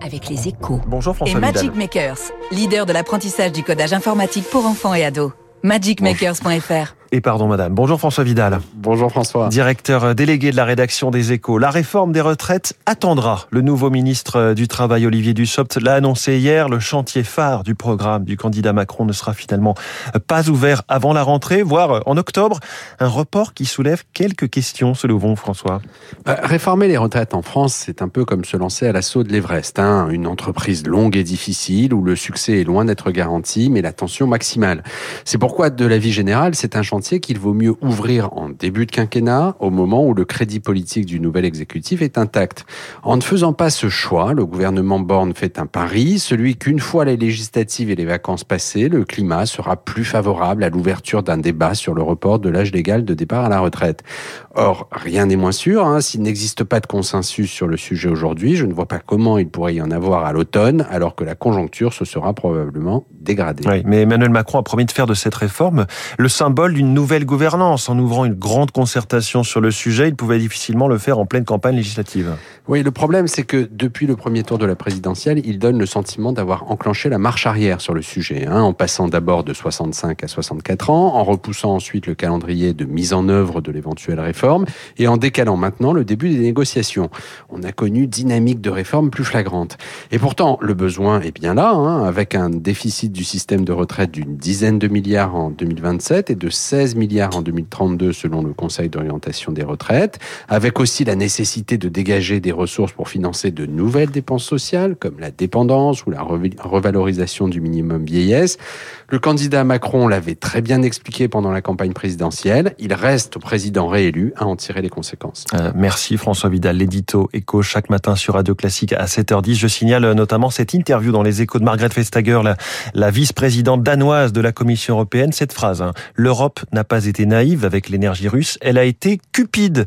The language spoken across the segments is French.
avec les Échos. Bonjour François Et Vidal. Magic Makers, leader de l'apprentissage du codage informatique pour enfants et ados. magicmakers.fr. Et pardon madame. Bonjour François Vidal. Bonjour François. Directeur délégué de la rédaction des Échos. La réforme des retraites attendra. Le nouveau ministre du Travail, Olivier Dussopt, l'a annoncé hier. Le chantier phare du programme du candidat Macron ne sera finalement pas ouvert avant la rentrée, voire en octobre. Un report qui soulève quelques questions, selon vous, François. Réformer les retraites en France, c'est un peu comme se lancer à l'assaut de l'Everest. Une entreprise longue et difficile où le succès est loin d'être garanti, mais la tension maximale. C'est pourquoi, de l'avis général, c'est un chantier qu'il vaut mieux ouvrir en début de quinquennat, au moment où le crédit politique du nouvel exécutif est intact. En ne faisant pas ce choix, le gouvernement Borne fait un pari, celui qu'une fois les législatives et les vacances passées, le climat sera plus favorable à l'ouverture d'un débat sur le report de l'âge légal de départ à la retraite. Or, rien n'est moins sûr. S'il n'existe pas de consensus sur le sujet aujourd'hui, je ne vois pas comment il pourrait y en avoir à l'automne, alors que la conjoncture se sera probablement dégradée. Oui, mais Emmanuel Macron a promis de faire de cette réforme le symbole d'une nouvelle gouvernance. En ouvrant une grande concertation sur le sujet, il pouvait difficilement le faire en pleine campagne législative. Oui, le problème, c'est que depuis le premier tour de la présidentielle, il donne le sentiment d'avoir enclenché la marche arrière sur le sujet, en passant d'abord de 65 à 64 ans, en repoussant ensuite le calendrier de mise en œuvre de l'éventuelle réforme et en décalant maintenant le début des négociations. On a connu dynamique de réforme plus flagrante. Et pourtant, le besoin est bien là, avec un déficit du système de retraite d'une dizaine de milliards en 2027 et de 16 milliards en 2032 selon le Conseil d'orientation des retraites, avec aussi la nécessité de dégager des ressources pour financer de nouvelles dépenses sociales, comme la dépendance ou la revalorisation du minimum vieillesse. Le candidat Macron l'avait très bien expliqué pendant la campagne présidentielle. Il reste au président réélu à en tirer les conséquences. Merci François Vidal. L'édito Écho chaque matin sur Radio Classique à 7h10. Je signale notamment cette interview dans les Échos de Margrethe Vestager, la vice-présidente danoise de la Commission européenne. Cette phrase, l'Europe n'a pas été naïve avec l'énergie russe, elle a été cupide.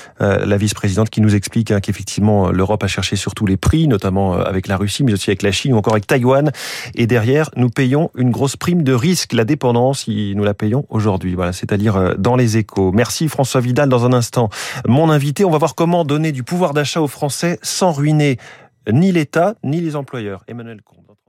La vice-présidente qui nous explique qu'effectivement l'Europe a cherché surtout les prix, notamment avec la Russie, mais aussi avec la Chine ou encore avec Taïwan. Et derrière, nous payons une grosse prime de risque. La dépendance, nous la payons aujourd'hui. Voilà, c'est à lire dans les Échos. Merci François Vidal. Dans un instant, mon invité, on va voir comment donner du pouvoir d'achat aux Français sans ruiner ni l'État, ni les employeurs. Emmanuel Combe.